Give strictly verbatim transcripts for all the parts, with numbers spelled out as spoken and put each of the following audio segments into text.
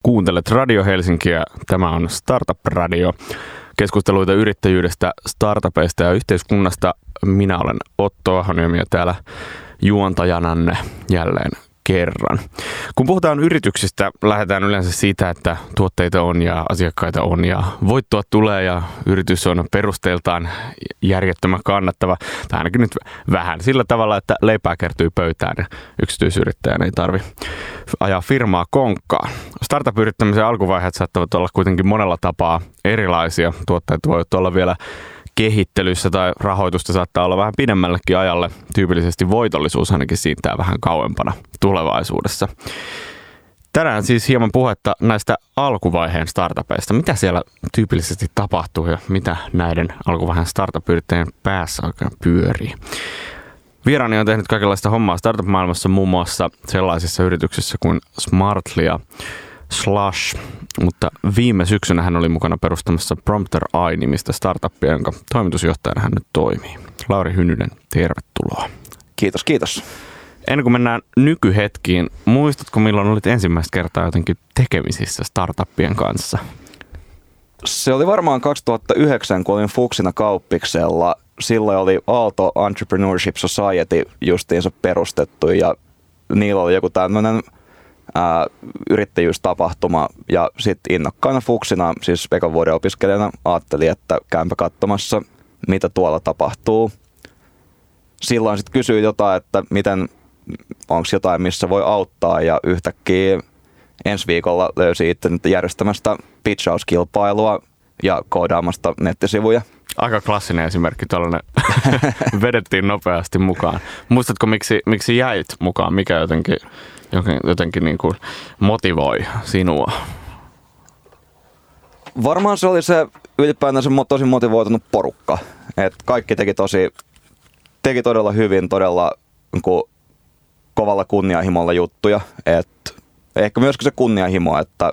Kuuntelet Radio Helsinkiä. Tämä on Startup Radio. Keskusteluita yrittäjyydestä, startupeista ja yhteiskunnasta. Minä olen Otto Ahoniemi ja täällä juontajananne jälleen kerran. Kun puhutaan yrityksistä, lähdetään yleensä siitä, että tuotteita on ja asiakkaita on ja voittoa tulee ja yritys on perusteeltaan järjettömän kannattava. Tai ainakin nyt vähän sillä tavalla, että leipää kertyy pöytään ja yksityisyrittäjän ei tarvi ajaa firmaa konkkaan. Startup-yrittämisen alkuvaiheet saattavat olla kuitenkin monella tapaa erilaisia. Tuotteet voivat olla vielä kehittelyssä tai rahoitusta saattaa olla vähän pidemmällekin ajalle. Tyypillisesti voitollisuus ainakin siintää vähän kauempana tulevaisuudessa. Tänään siis hieman puhetta näistä alkuvaiheen startupeista. Mitä siellä tyypillisesti tapahtuu ja mitä näiden alkuvaiheen startup-yrittäjien päässä oikein pyörii? Vieraani on tehnyt kaikenlaista hommaa startup-maailmassa, muun muassa sellaisissa yrityksissä kuin Smartly ja Slush, mutta viime syksynä hän oli mukana perustamassa Prompter Ai-nimistä startuppia, jonka toimitusjohtajana hän nyt toimii. Lauri Hynynen, tervetuloa. Kiitos, kiitos. Ennen kuin mennään nykyhetkiin, muistatko milloin olit ensimmäistä kertaa jotenkin tekemisissä startuppien kanssa? Se oli varmaan kaksituhattayhdeksän, kun olin Fuksina Kauppiksella. Silloin oli Aalto Entrepreneurship Society justiinsa perustettu ja niillä oli joku tämmöinen Ää, yrittäjyystapahtuma ja sitten innokkaana Fuksina, siis ekan vuoden opiskelijana, ajattelin, että käympä katsomassa, mitä tuolla tapahtuu. Silloin sitten kysyin jotain, että miten, onko jotain, missä voi auttaa, ja yhtäkkiä ensi viikolla löysin itse järjestämästä pitchauskilpailua ja koodaamasta nettisivuja. Aika klassinen esimerkki, tällainen vedettiin nopeasti mukaan. Muistatko, miksi, miksi jäit mukaan? Mikä jotenkin, jotenkin niin kuin motivoi sinua? Varmaan se oli se ylipäätään se tosi motivoitunut porukka. Et kaikki teki, tosi, teki todella hyvin, todella niin kuin kovalla kunnianhimolla juttuja. Et ehkä myöskin se kunnianhimo, että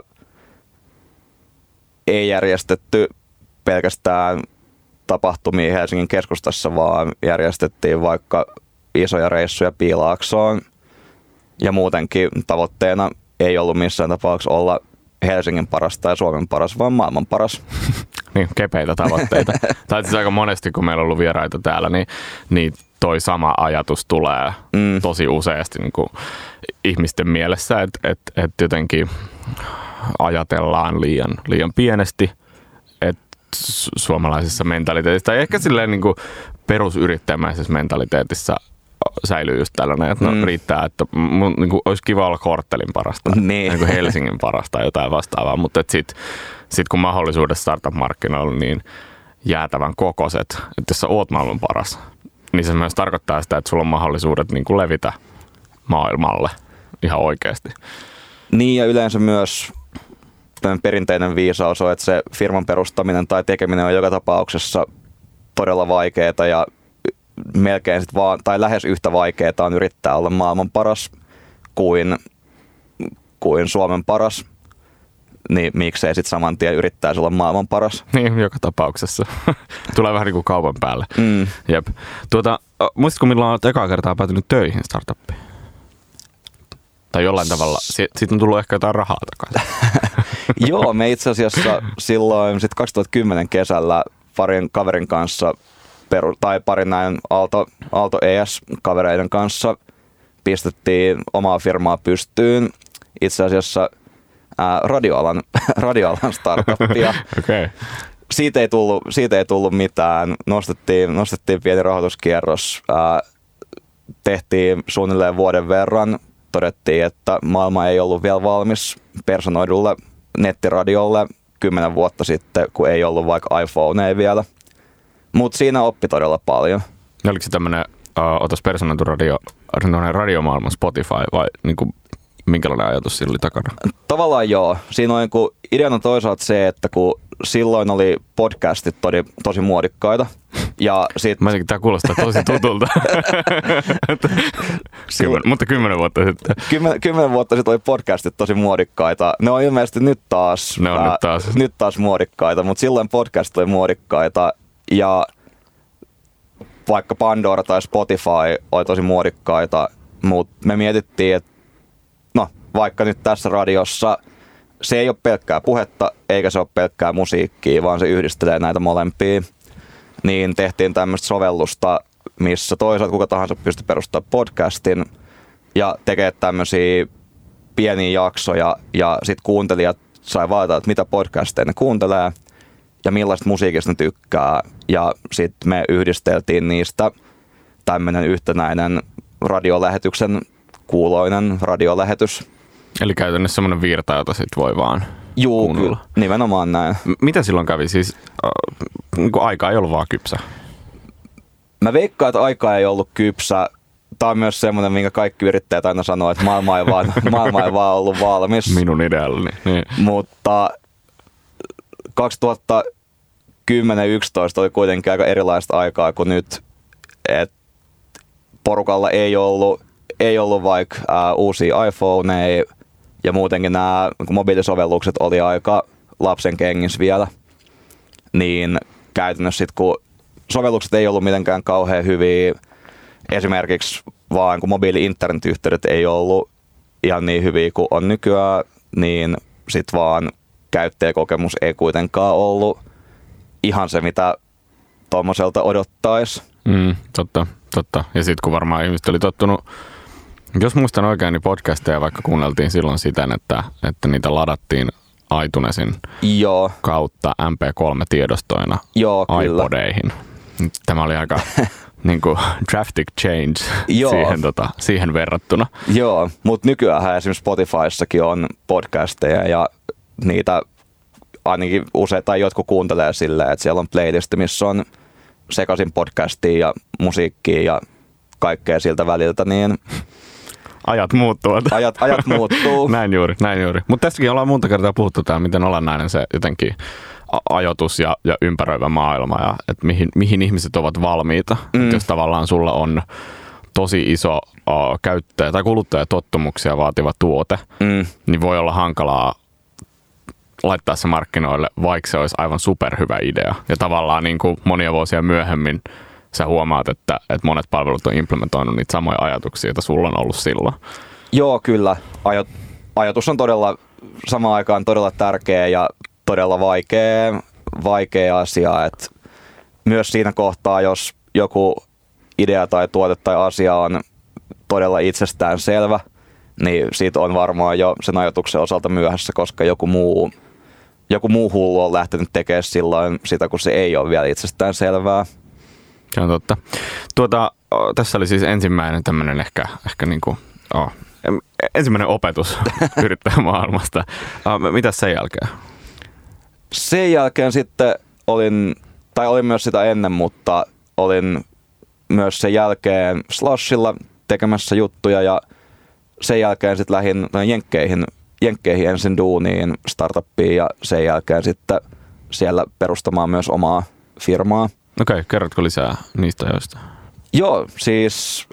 ei järjestetty pelkästään tapahtumia Helsingin keskustassa, vaan järjestettiin vaikka isoja reissuja Piilaaksoon. Ja muutenkin tavoitteena ei ollut missään tapauksessa olla Helsingin paras tai Suomen paras, vaan maailman paras. Niin, kepeitä tavoitteita. Tai siis aika monesti, kun meillä on ollut vieraita täällä, niin, niin toi sama ajatus tulee mm. tosi useasti niin kuin ihmisten mielessä, että et, et jotenkin ajatellaan liian, liian pienesti, että suomalaisessa mentaliteetissa, tai ehkä silleen niin kuin perusyrittäjämäisessä mentaliteetissa säilyy just tällainen, että no mm. riittää, että mun, niin kuin, olisi kiva olla korttelin parasta, niin. Niin kuin Helsingin parasta tai jotain vastaavaa, mutta sitten sit kun mahdollisuudet startup-markkinoilla on niin jäätävän kokoiset, että jos sä oot maailman paras, niin se myös tarkoittaa sitä, että sulla on mahdollisuudet niin kuin levitä maailmalle ihan oikeasti. Niin, ja yleensä myös perinteinen viisaus on, että se firman perustaminen tai tekeminen on joka tapauksessa todella vaikeaa ja melkein sit vaan, tai lähes yhtä vaikeaa on yrittää olla maailman paras kuin, kuin Suomen paras. Niin miksei sitten saman tien yrittää olla maailman paras? Niin, joka tapauksessa. Tulee vähän niin kuin kaupan päälle. Mm. Jep. Tuota, muistatko milloin olet ekaa kertaa päätynyt töihin startuppiin? Tai jollain tavalla. Siitä on tullut ehkä jotain rahaa takaisin. Joo, me itse asiassa silloin sit kaksituhattakymmenen kesällä parin kaverin kanssa, peru, tai parin näin Aalto, Aalto E S-kavereiden kanssa pistettiin omaa firmaa pystyyn. Itse asiassa ää, radioalan, radioalan startuppia. Okay. Siitä ei tullut, siitä ei tullut mitään. Nostettiin, nostettiin pieni rahoituskierros. Ää, tehtiin suunnilleen vuoden verran. Todettiin, että maailma ei ollut vielä valmis personoidulle nettiradiolle kymmenen vuotta sitten, kun ei ollut vaikka iPhone ei vielä. Mutta siinä oppi todella paljon. Oliko se tämmöinen, uh, otas personoitu radio, radiomaailman Spotify vai niinku, minkälainen ajatus siinä oli takana? Tavallaan joo. Siinä on niinku, ideana toisaalta se, että kun silloin oli podcastit tosi, tosi muodikkaita. Ja sit... Mä tämä kuulostaa tosi tutulta. Kymmen, mutta kymmenen vuotta sitten. Kymmen, kymmenen vuotta sitten oli podcastit tosi muodikkaita. Ne on ilmeisesti nyt taas, ne on ää, nyt taas. nyt taas muodikkaita, mutta silloin podcastit oli muodikkaita. Ja vaikka Pandora tai Spotify oli tosi muodikkaita, mutta me mietittiin, että no vaikka nyt tässä radiossa se ei ole pelkkää puhetta, eikä se ole pelkkää musiikkia, vaan se yhdistelee näitä molempia. Niin tehtiin tämmöistä sovellusta, missä toisaalta kuka tahansa pystyy perustamaan podcastin ja tekee tämmöisiä pieniä jaksoja ja sitten kuuntelijat sai valita, että mitä podcasteja ne kuuntelee ja millaista musiikista ne tykkää. Ja sitten me yhdisteltiin niistä tämmöinen yhtenäinen radiolähetyksen kuuloinen radiolähetys. Eli käytännössä semmoinen virta, jota sitten voi vaan Juu, kuunnella. kyllä. Nimenomaan näin. M- mitä silloin kävi? Siis äh, niin kuin aika ei ollut vaan kypsä. Mä veikkaan, että aika ei ollut kypsä. Tämä on myös semmoinen, minkä kaikki yrittäjät aina sanoo, että maailma ei vaan, maailma ei vaan ollut valmis. Minun ideallani. Niin. Mutta kaksituhattakymmenen yksitoista oli kuitenkin aika erilaista aikaa kuin nyt. Et porukalla ei ollut, ei ollut vaikka ää, uusia iPhoneja ja muutenkin nämä mobiilisovellukset oli aika lapsen kengissä vielä. Niin käytännössä sit, kun sovellukset ei ollut mitenkään kauhean hyviä, esimerkiksi vaan kun mobiili-internetyhteydet ei ollut ihan niin hyviä kuin on nykyään, niin sit vaan käyttäjäkokemus ei kuitenkaan ollut ihan se, mitä tuommoiselta odottaisi. Mm, totta, totta. Ja sitten kun varmaan ihmiset oli tottunut, jos muistan oikein, niin podcasteja vaikka kuunneltiin silloin siten, että, että niitä ladattiin iTunesin Joo. kautta M P kolme -tiedostoina Joo, kyllä. iPodeihin. Tämä oli aika niin kuin drastic change Joo. siihen, tota, siihen verrattuna. Joo, mutta nykyään esimerkiksi Spotifyssakin on podcasteja ja niitä ainakin usein tai jotkut kuuntelee silleen, että siellä on playlist, missä on sekaisin podcastia ja musiikkia ja kaikkea siltä väliltä, niin Ajat muuttuvat. Ajat, ajat muuttuu. näin juuri, näin juuri. Mutta tästäkin ollaan monta kertaa puhuttu täällä, miten olennainen se jotenkin ajoitus ja, ja ympäröivä maailma ja että mihin, mihin ihmiset ovat valmiita. Mm. Jos tavallaan sulla on tosi iso uh, käyttäjä- tai kuluttajatottumuksia vaativa tuote, mm. niin voi olla hankalaa laittaa se markkinoille, vaikka se olisi aivan superhyvä idea. Ja tavallaan niin kuin monia vuosia myöhemmin sä huomaat, että, että monet palvelut on implementoinut niitä samoja ajatuksia, joita sulla on ollut silloin. Joo, kyllä. Ajo- ajatus on todella samaan aikaan todella tärkeä ja todella vaikea, vaikea asia. Et myös siinä kohtaa, jos joku idea tai tuote tai asia on todella itsestään selvä, niin siitä on varmaan jo sen ajatuksen osalta myöhässä, koska joku muu, joku muu hullu on lähtenyt tekemään silloin sitä, kun se ei ole vielä itsestään selvää. Se on totta. Tuota, tässä oli siis ensimmäinen tämmöinen ehkä, ehkä niin kuin, oh, ensimmäinen opetus yrittäjämaailmasta. Mitäs sen jälkeen? Sen jälkeen sitten olin, tai olin myös sitä ennen, mutta olin myös sen jälkeen Slushilla tekemässä juttuja ja sen jälkeen sitten lähdin jenkkeihin, jenkkeihin ensin duuniin, startuppiin ja sen jälkeen sitten siellä perustamaan myös omaa firmaa. Okei, kerrotko lisää niistä ajoista? Joo, siis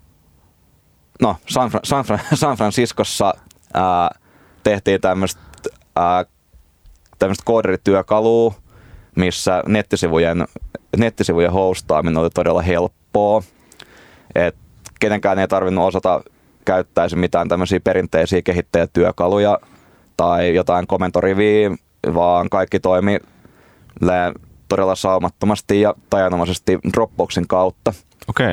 no San, Fra- San, Fra- San Franciscossa ää, tehtiin tämmöistä tämmöistä kooderityökalua, missä nettisivujen, nettisivujen hostaaminen oli todella helppoa. Et kenenkään ei tarvinnut osata käyttää mitään tämmöisiä perinteisiä kehittäjätyökaluja tai jotain komentoriviä, vaan kaikki toimi todella saumattomasti ja tajanomaisesti Dropboxin kautta. Okei.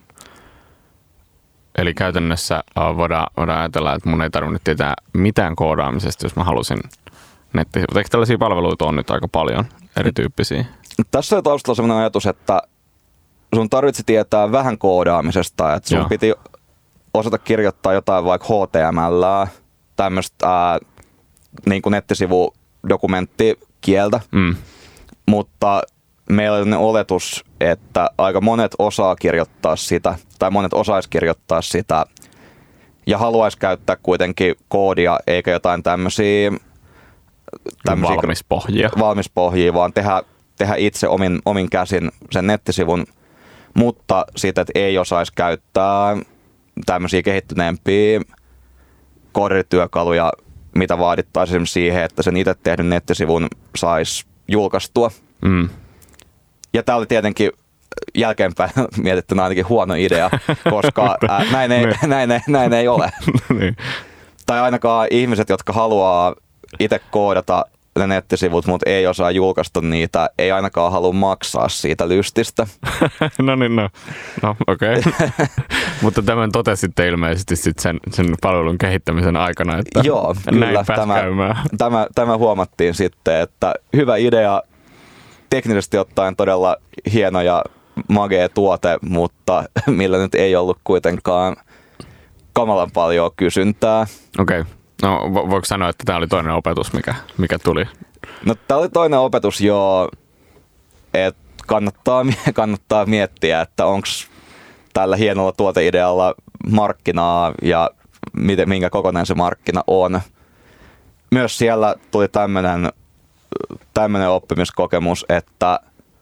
Eli käytännössä voidaan, voidaan ajatella, että mun ei tarvinnut tietää mitään koodaamisesta, jos mä halusin nettisivut. Eikö tällaisia palveluita on nyt aika paljon erityyppisiä? Tässä on taustalla sellainen ajatus, että sun tarvitsi tietää vähän koodaamisesta, että sun Joo. piti osata kirjoittaa jotain vaikka H T M L, tämmöistä ää, niin kuin nettisivudokumenttikieltä, mm. mutta meillä on oletus, että aika monet osaa kirjoittaa sitä, tai monet osais kirjoittaa sitä, ja haluaisi käyttää kuitenkin koodia, eikä jotain tämmöisiä valmispohjia. valmispohjia, vaan tehdä, tehdä itse omin, omin käsin sen nettisivun, mutta siitä, että ei osaisi käyttää tämmöisiä kehittyneempiä kooderityökaluja, mitä vaadittaisiin siihen, että sen itse tehdyn nettisivun saisi julkaistua. Mm. Ja tämä oli tietenkin jälkeenpäin mietittynä ainakin huono idea, koska ää, näin, ei, näin, ei, näin ei ole. Tai ainakaan ihmiset, jotka haluaa itse koodata ne nettisivut, mutta ei osaa julkaista niitä, ei ainakaan halua maksaa siitä lystistä. no niin, no, no okei. Okay. Mutta tämän totesitte ilmeisesti sit sen, sen palvelun kehittämisen aikana, että joo, näin kyllä, pääsi tämä, käymään. Tämä, tämä huomattiin sitten, että hyvä idea, teknisesti ottaen todella hieno ja magea tuote, mutta millä nyt ei ollut kuitenkaan kamalan paljon kysyntää. Okei. Okay. No vo- voiko sanoa, että tämä oli toinen opetus, mikä, mikä tuli? No tämä oli toinen opetus jo, että kannattaa, kannattaa miettiä, että onko tällä hienolla tuoteidealla markkinaa ja miten, minkä kokonainen se markkina on. Myös siellä tuli tämmöinen tämmöinen oppimiskokemus, että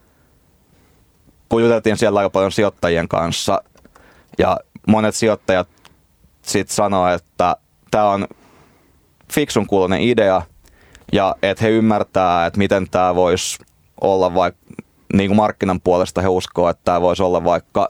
kun juteltiin siellä aika paljon sijoittajien kanssa ja monet sijoittajat sitten sanoo, että tämä on fiksun kuuloinen idea ja että he ymmärtää, että miten tämä voisi olla vaikka niin kuin markkinan puolesta he uskoo, että tämä voisi olla vaikka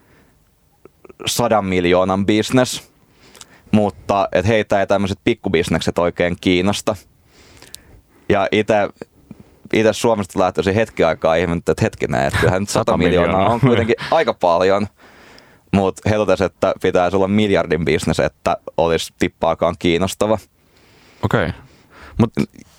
sadan miljoonan business, mutta että heitä ei tämmöiset pikkubisnekset oikein kiinnosta. Ja itse itse Suomesta lähtöisin hetki aikaa ihmettä, että hetkinen, että kyllähän nyt sata miljoonaa on kuitenkin aika paljon. Mutta he totesivat, että pitäisi olla miljardin bisnes, että olisi tippaakaan kiinnostava. Okei. Okay. Mutta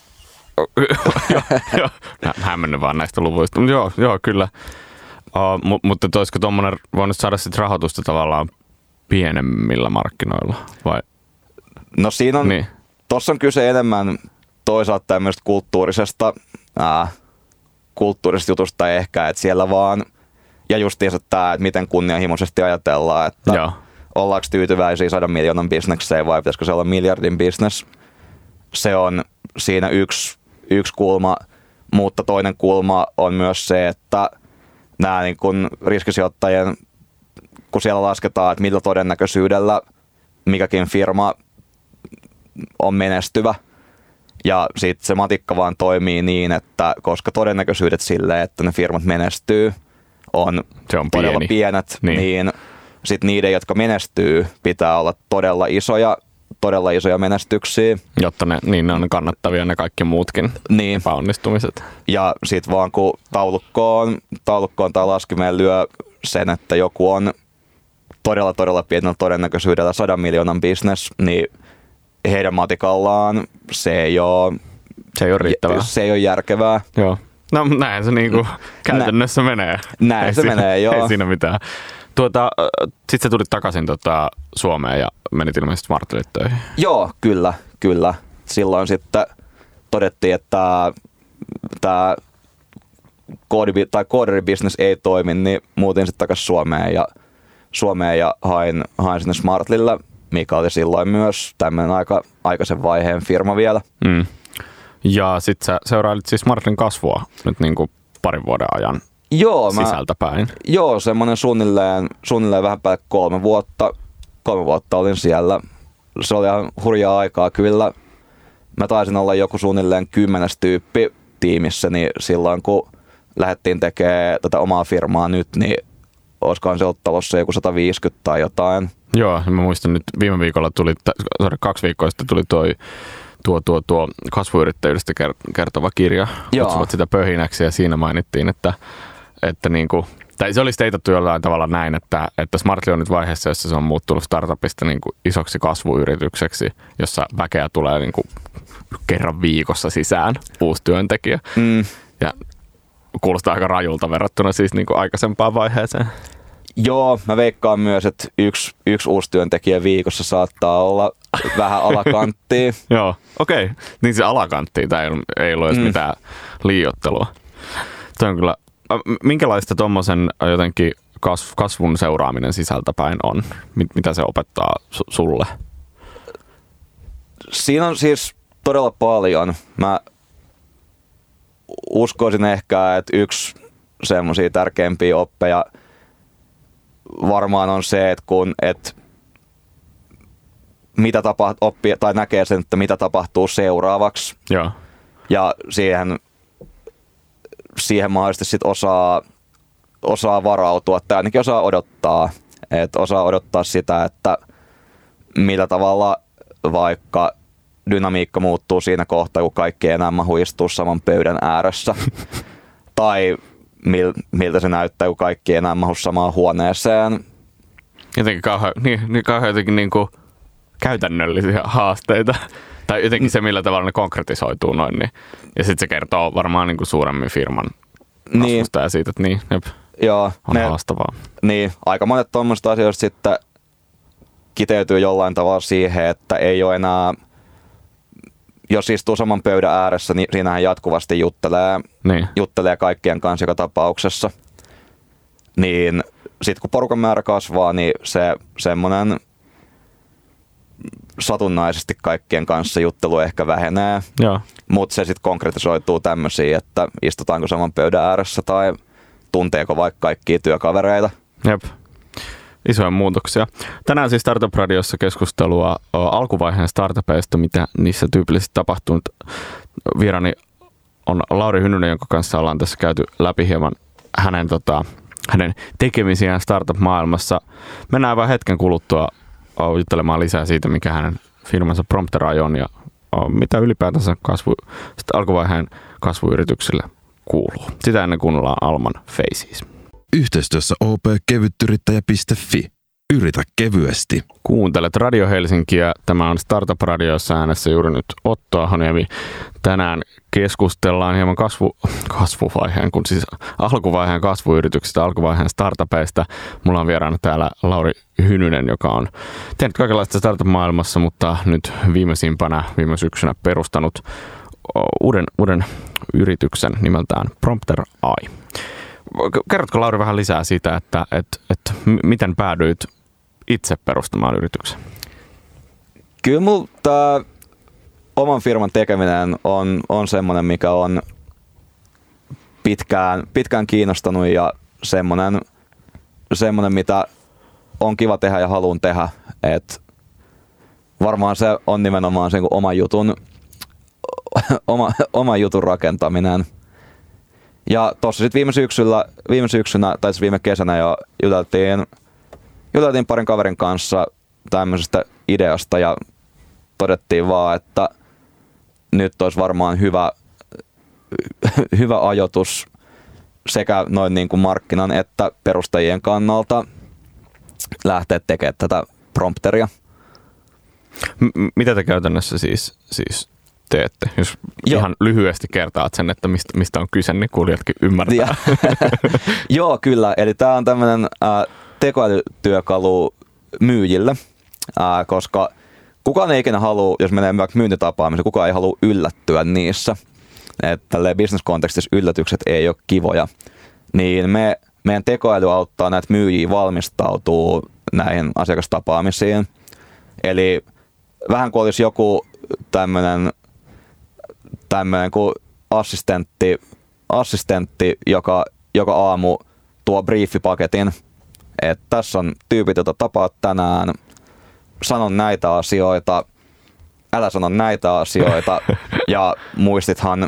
joo, hämmennyn vaan näistä luvuista. Mut joo, joo, kyllä. Uh, mu- mutta olisiko tuommoinen voinut saada sit rahoitusta tavallaan pienemmillä markkinoilla? Vai? No siinä on, niin. Tossa on kyse enemmän toisaalta tämmöistä kulttuurisesta, ää, kulttuurisesta jutusta ehkä, että siellä vaan, ja justiinsa tämä, että miten kunnianhimoisesti ajatellaan, että joo. Ollaanko tyytyväisiä sadan miljoonan bisnekseen vai pitäisikö se olla miljardin business. Se on siinä yksi, yksi kulma, mutta toinen kulma on myös se, että nämä niin kun riskisijoittajien, kun siellä lasketaan, että millä todennäköisyydellä mikäkin firma on menestyvä, ja sitten se matikka vaan toimii niin, että koska todennäköisyydet sille, että ne firmat menestyy, on, se on todella pieni. pienet, niin, niin sitten niiden, jotka menestyy, pitää olla todella isoja, todella isoja menestyksiä. Jotta ne, niin ne on kannattavia ne kaikki muutkin niin. epäonnistumiset. Ja sitten vaan kun taulukkoon, taulukkoon tai laskimeen lyö sen, että joku on todella todella pienellä todennäköisyydellä sadan miljoonan business, niin heidän matikallaan se ei ole, se ei ole riittävää. Se ei ole järkevää. Joo. No näin se niinku käytännössä Nä, menee. Näin ei se siinä, menee, joo. Ei siinä mitään. Tuota, sitten sä tulit takaisin tota Suomeen ja menit ilmeisesti Smartlille töihin. Joo, kyllä, kyllä. Silloin sitten todettiin, että tämä koodi- tai kooderibisnes ei toimi, niin muutin sitten takaisin Suomeen ja, Suomeen ja hain, hain sinne Smartlille, mikä oli silloin myös tämmöinen aika aikaisen vaiheen firma vielä. Mm. Ja sitten sä seurailit siis Smartlin kasvua nyt niinku parin vuoden ajan joo, sisältäpäin. Mä, joo, semmoinen suunnilleen, suunnilleen vähän päälle kolme vuotta. Kolme vuotta olin siellä. Se oli ihan hurjaa aikaa kyllä. Mä taisin olla joku suunnilleen kymmenes tyyppi tiimissä, niin silloin kun lähdettiin tekemään tätä omaa firmaa nyt, niin olisikohan se ollut talossa joku sata viisikymmentä tai jotain. Joo, mä muistan nyt viime viikolla tuli, sorry, kaksi viikkoa sitten tuli toi tuo, tuo, tuo kasvuyrittäjyydestä kertova kirja, kutsuvat sitä Pöhinäksi, ja siinä mainittiin, että, että niin kuin, tai se oli steitattu jollain tavalla näin, että, että Smartly on nyt vaiheessa, jossa se on muuttunut startupista niin kuin isoksi kasvuyritykseksi, jossa väkeä tulee niin kuin kerran viikossa sisään, uusi työntekijä. Mm. Ja kuulostaa aika rajulta verrattuna siis niin kuin aikaisempaan vaiheeseen. Joo, mä veikkaan myös, että yksi, yksi uusi työntekijä viikossa saattaa olla vähän alakanttia. Joo, okei. Okay. Niin se alakanttia, tai ei, ei ollut edes mm. mitään liioittelua. Toi on kyllä, minkälaista tommosen jotenkin kasvun seuraaminen sisältäpäin on? Mitä se opettaa su- sulle? Siinä on siis todella paljon. Mä uskoisin ehkä, että yksi semmoisia tärkeimpiä oppeja varmaan on se, että kun et mitä tapahtuu, oppii tai näkee sen, että mitä tapahtuu seuraavaksi. Joo. Ja siihen, siihen mahdollisesti sit osaa, osaa varautua tai ainakin osaa odottaa. Et osaa odottaa sitä, että millä tavalla vaikka dynamiikka muuttuu siinä kohtaa, kun kaikki ei enää mahu istua saman pöydän ääressä. Tai mil, miltä se näyttää, kun kaikki ei enää mahu samaan huoneeseen. Jotenkin kauhean, niin, niin kauhean jotenkin niin kuin käytännöllisiä haasteita. Tai jotenkin se, millä tavalla ne konkretisoituu noin. Niin. Ja sitten se kertoo varmaan niin kuin suuremmin firman kasvusta niin. Ja siitä, että niin, jep, joo, on ne, haastavaa. Niin, aika monet tuommoista asioista sitten kiteytyy jollain tavalla siihen, että ei ole enää, jos istuu saman pöydän ääressä, niin siinähän jatkuvasti juttelee, niin. juttelee kaikkien kanssa joka tapauksessa. Niin sitten kun porukan määrä kasvaa, niin se semmoinen satunnaisesti kaikkien kanssa juttelu ehkä vähenee, mutta se sitten konkretisoituu tämmöisiin, että istutaanko saman pöydän ääressä tai tunteeko vaikka kaikkia työkavereita. Jep. Isoja muutoksia. Tänään siis Startup Radiossa keskustelua alkuvaiheen startupeista, mitä niissä tyypillisesti tapahtuu. Vierani on Lauri Hynynen, jonka kanssa ollaan tässä käyty läpi hieman hänen, tota, hänen tekemisiään startup-maailmassa. Mennään vain hetken kuluttua juttelemaan lisää siitä, mikä hänen firmansa Prompter on ja mitä ylipäätänsä kasvu, alkuvaiheen kasvuyrityksille kuuluu. Sitä ennen kuunnellaan Alman Faces. Yhteistyössä o p kevyttyrittäjä piste fi. Yritä kevyesti. Kuuntelet Radio Helsinkiä. Tämä on Startup Radiossa äänessä juuri nyt Otto Ahoniemi. Tänään keskustellaan hieman kasvu, kasvuvaiheen, kun siis alkuvaiheen kasvuyrityksistä, alkuvaiheen startupeista. Mulla on vieraana täällä Lauri Hynynen, joka on tehnyt kaikenlaista startup-maailmassa, mutta nyt viimeisimpänä viime syksynä perustanut uuden, uuden yrityksen nimeltään Prompter A I. Kerrotko Lauri vähän lisää siitä, että, että, että miten päädyit itse perustamaan yrityksen? Kyllä mulla tämä oman firman tekeminen on, on semmoinen, mikä on pitkään, pitkään kiinnostanut ja semmoinen, semmoinen, mitä on kiva tehdä ja haluan tehdä. Et varmaan se on nimenomaan sen oma jutun, oma, oma jutun rakentaminen. Ja tuossa sitten viime syksyllä, viime syksynä, tai siis viime kesänä jo juteltiin, juteltiin parin kaverin kanssa tämmöisestä ideasta ja todettiin vaan, että nyt olisi varmaan hyvä, hyvä ajoitus sekä noin niin kuin markkinan että perustajien kannalta lähteä tekemään tätä prompteria. M- mitä te käytännössä siis, siis teette? Jos Joo. ihan lyhyesti kertaat sen, että mistä, mistä on kyse, niin kuulijatkin ymmärtää. Joo, kyllä. Eli tämä on tämmöinen äh, tekoälytyökalu myyjille, äh, koska kukaan ei ikinä halua, jos menee vaikka myyntitapaamiseen, kukaan ei halua yllättyä niissä. Että tälleen business-kontekstissa yllätykset ei ole kivoja. Niin me, meidän tekoäly auttaa näitä myyjiä valmistautuu näihin asiakastapaamisiin. Eli vähän kuin olisi joku tämmöinen tämmöinen kuin assistentti, assistentti joka, joka aamu tuo briefipaketin, että tässä on tyypit, joita tapaat tänään, sanon näitä asioita, älä sano näitä asioita ja muistithan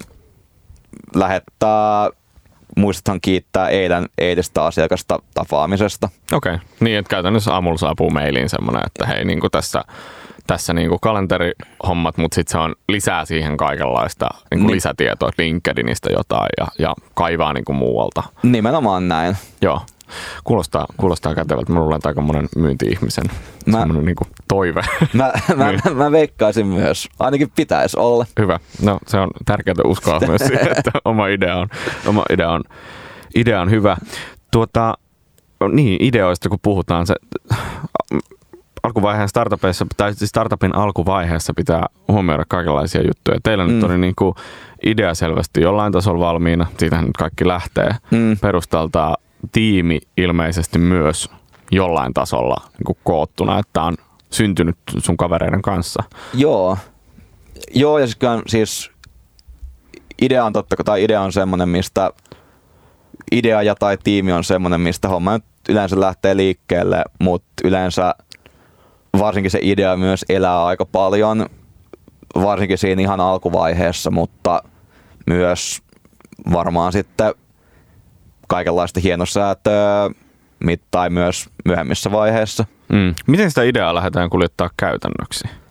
lähettää, muistithan kiittää eilen eilistä asiakasta tapaamisesta. Okei, okay. Niin että käytännössä aamulla saapuu mailiin semmoinen, että hei niin kuin tässä tässä niinku kalenterihommat, mutta sitten se on lisää siihen kaikenlaista niinku niin. lisätietoa, LinkedInistä jotain ja, ja kaivaa niinku muualta. Nimenomaan näin. Joo. Kuulostaa, kuulostaa kätevältä. Minulla on aika monen myynti-ihmisen mä, semmoinen niinku toive. Mä, mä, mä, mä veikkaisin myös. Ainakin pitäisi olla. Hyvä. No se on tärkeää uskoa myös siihen, että oma idea on, oma idea on, idea on hyvä. Tuota, niin, ideoista kun puhutaan, se alkuvaiheen startupeissa, tai siis startupin alkuvaiheessa pitää huomioida kaikenlaisia juttuja. Teillä mm. nyt oli niin kuin idea selvästi jollain tasolla valmiina, siitähän nyt kaikki lähtee mm. perustalta tiimi ilmeisesti myös jollain tasolla niin kuin koottuna, että on syntynyt sun kavereiden kanssa. Joo, Joo ja siis, siis idea on totta, tai idea on semmoinen, mistä idea ja tai tiimi on semmoinen, mistä homma nyt yleensä lähtee liikkeelle, mutta yleensä varsinkin se idea myös elää aika paljon, varsinkin siinä ihan alkuvaiheessa, mutta myös varmaan sitten kaikenlaista hienosäätöä tai myös myöhemmissä vaiheissa. Mm. Miten sitä ideaa lähdetään kuljettaa käytännöksi?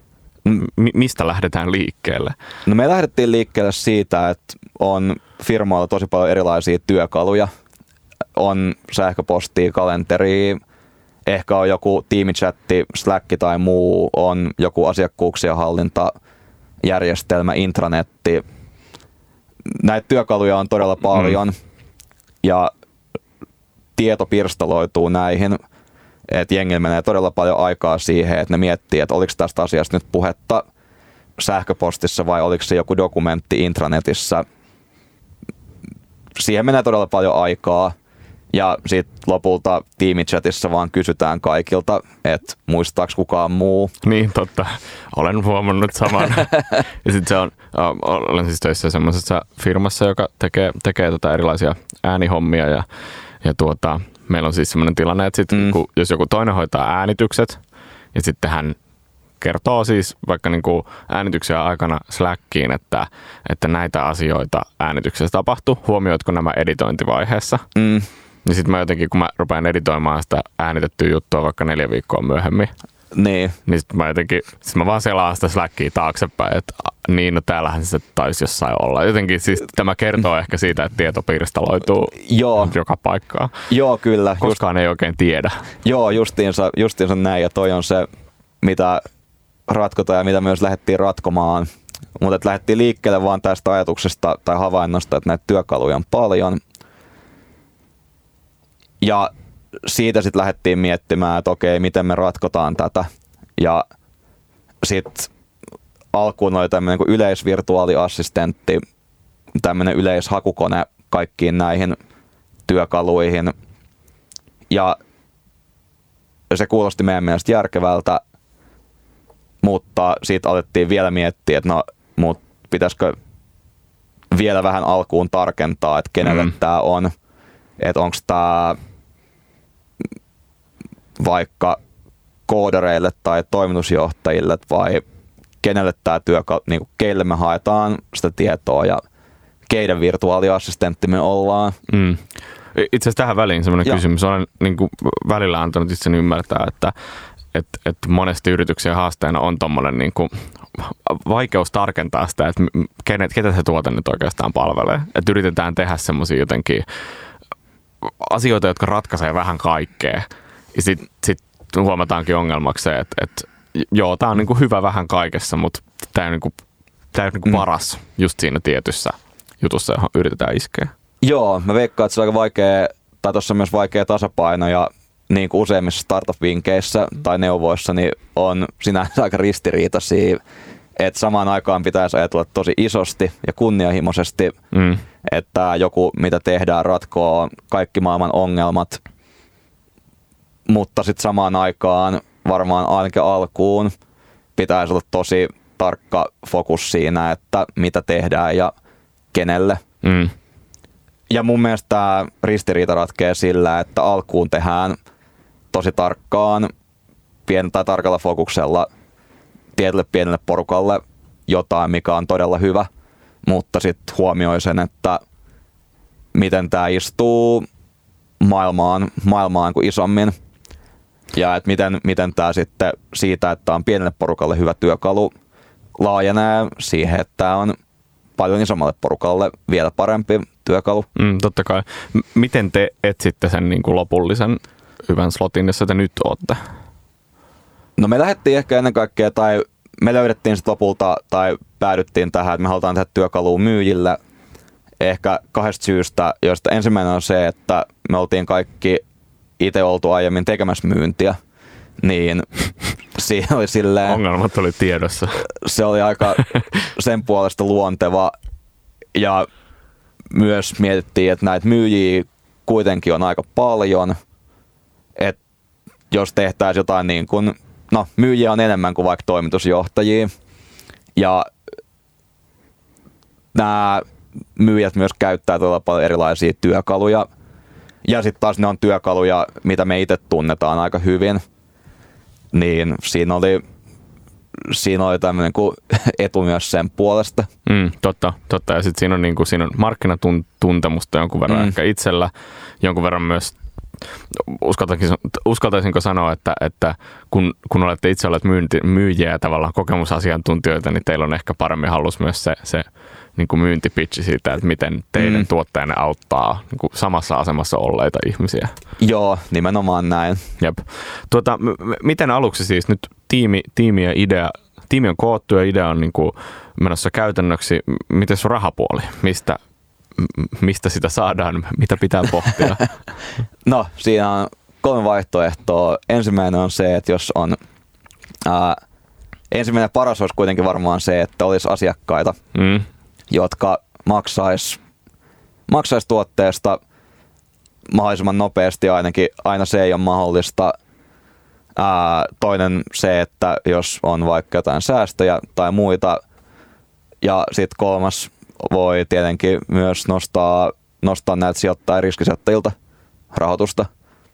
M- mistä lähdetään liikkeelle? No me lähdettiin liikkeelle siitä, että on firmoilla tosi paljon erilaisia työkaluja. On sähköpostia, kalenteria, ehkä on joku tiimichatti, Slack tai muu, on joku asiakkuuksien hallintajärjestelmä, intranetti. Näitä työkaluja on todella paljon mm. ja tieto pirstaloituu näihin. Että jengillä menee todella paljon aikaa siihen, että ne miettii, että oliko tästä asiasta nyt puhetta sähköpostissa vai oliko se joku dokumentti intranetissä. Siihen menee todella paljon aikaa ja sitten lopulta tiimichatissa vaan kysytään kaikilta, että muistaako kukaan muu. Niin totta, olen huomannut saman. Ja sitten se on, olen siis töissä semmoisessa firmassa, joka tekee, tekee tota erilaisia äänihommia ja, ja tuota, meillä on siis sellainen tilanne, että sit, mm. kun, jos joku toinen hoitaa äänitykset ja sitten hän kertoo siis vaikka niin kuin äänityksen aikana Slackiin, että, että näitä asioita äänityksessä tapahtuu, huomioitko nämä editointivaiheessa? Mm. Niin sitten mä jotenkin, kun mä rupean editoimaan sitä äänitettyä juttua vaikka neljä viikkoa myöhemmin, niin, niin sitten mä jotenkin, sit mä vaan selaan sitä Slackia taaksepäin, että niin, no täällähän se taisi jossain olla. Jotenkin siis tämä kertoo ehkä siitä, että tieto pirstaloituu Joo. joka paikkaan. Joo, kyllä. Koskaan just, ei oikein tiedä. Joo, justiinsa, justiinsa näin ja toi on se, mitä ratkotaan ja mitä myös lähdettiin ratkomaan. Mutta lähdettiin liikkeelle vaan tästä ajatuksesta tai havainnosta, että näitä työkaluja on paljon. Ja siitä sitten lähdettiin miettimään, että okei, miten me ratkotaan tätä. Ja sitten alkuun oli tämmöinen kuin yleisvirtuaaliassistentti, tämmöinen yleishakukone kaikkiin näihin työkaluihin. Ja se kuulosti meidän mielestä järkevältä, mutta siitä alettiin vielä miettiä, että no, mut pitäisikö vielä vähän alkuun tarkentaa, että kenelle mm. tämä on. Että onko tämä vaikka koodareille tai toimitusjohtajille vai kenelle tämä työkalu, niin kuin keille me haetaan sitä tietoa ja keiden virtuaaliassistentti me ollaan. Mm. Itse asiassa tähän väliin semmoinen ja. kysymys. Olen niin kuin välillä antanut itseni ymmärtää, että, että, että monesti yrityksien haasteena on tommoinen niin kuin vaikeus tarkentaa sitä, että kenet, ketä se tuote nyt oikeastaan palvelee. Että yritetään tehdä semmoisia jotenkin asioita, jotka ratkaisee vähän kaikkea. Ja sitten sit huomataankin ongelmaksi se, että, että joo, tämä on niinku hyvä vähän kaikessa, mutta tämä on niinku, tää on niinku paras just siinä tietyssä jutussa, johon yritetään iskeä. Joo, mä veikkaan, että se on aika vaikea, tai tuossa on myös vaikea tasapaino, ja niin kuin useimmissa startup-vinkeissä tai neuvoissa, niin on sinänsä aika ristiriitaisia, että samaan aikaan pitäisi ajatella tosi isosti ja kunnianhimoisesti, mm. että joku, mitä tehdään, ratkoo kaikki maailman ongelmat, mutta sitten samaan aikaan varmaan ainakin alkuun pitäisi olla tosi tarkka fokus siinä, että mitä tehdään ja kenelle. Mm. Ja mun mielestä tämä ristiriita ratkeaa sillä, että alkuun tehdään tosi tarkkaan pien- tai tarkalla fokuksella tietylle pienelle porukalle jotain, mikä on todella hyvä, mutta sitten huomioi sen, että miten tämä istuu maailmaan, maailmaan kuin isommin. Ja että miten, miten tämä sitten siitä, että on pienelle porukalle hyvä työkalu, laajenee siihen, että tämä on paljon isommalle porukalle vielä parempi työkalu. Mm, totta kai. M- miten te etsitte sen niin kuin lopullisen hyvän slotin, jossa te nyt olette? No me lähdettiin ehkä ennen kaikkea, tai me löydettiin sitten lopulta, tai päädyttiin tähän, että me halutaan tehdä työkalua myyjille ehkä kahdesta syystä, joista ensimmäinen on se, että me oltiin kaikki itse oltu aiemmin tekemässä myyntiä, niin siinä oli silleen... Ongelmat oli tiedossa. Se oli aika sen puolesta luonteva, ja myös mietittiin, että näitä myyjiä kuitenkin on aika paljon, että jos tehtäisiin jotain niin kuin, no myyjiä on enemmän kuin vaikka toimitusjohtajia, ja nämä myyjät myös käyttää todella paljon erilaisia työkaluja, ja sitten taas ne on työkaluja, mitä me itse tunnetaan aika hyvin, niin siinä oli, siinä oli tämmöinen kuin etu myös sen puolesta. Mm, totta, totta, ja sitten siinä on, niin kuin, siinä on markkinatuntemusta jonkun verran mm. ehkä itsellä, jonkun verran myös uskaltaisinko sanoa, että, että kun, kun olette itse olleet myynti, myyjiä ja tavallaan kokemusasiantuntijoita, niin teillä on ehkä paremmin hallus myös se, se niin kuin myyntipitchi siitä, että miten teidän mm. tuotteenne auttaa niin kuin samassa asemassa olleita ihmisiä. Joo, nimenomaan näin. Jep. Tuota, m- miten aluksi siis nyt tiimi, tiimi ja idea, tiimi on koottu ja idea on niin kuin menossa käytännöksi. Miten se rahapuoli? Mistä, mistä sitä saadaan? Mitä pitää pohtia? No, siinä on kolme vaihtoehtoa. Ensimmäinen on se, että jos on... Ää, ensimmäinen paras olisi kuitenkin varmaan se, että olisi asiakkaita, mm. jotka maksais, maksais tuotteesta mahdollisimman nopeasti ainakin. Aina se ei ole mahdollista. Ää, toinen se, että jos on vaikka jotain säästöjä tai muita. Ja sitten kolmas voi tietenkin myös nostaa, nostaa näitä sijoittajia riskisijoittajilta rahoitusta.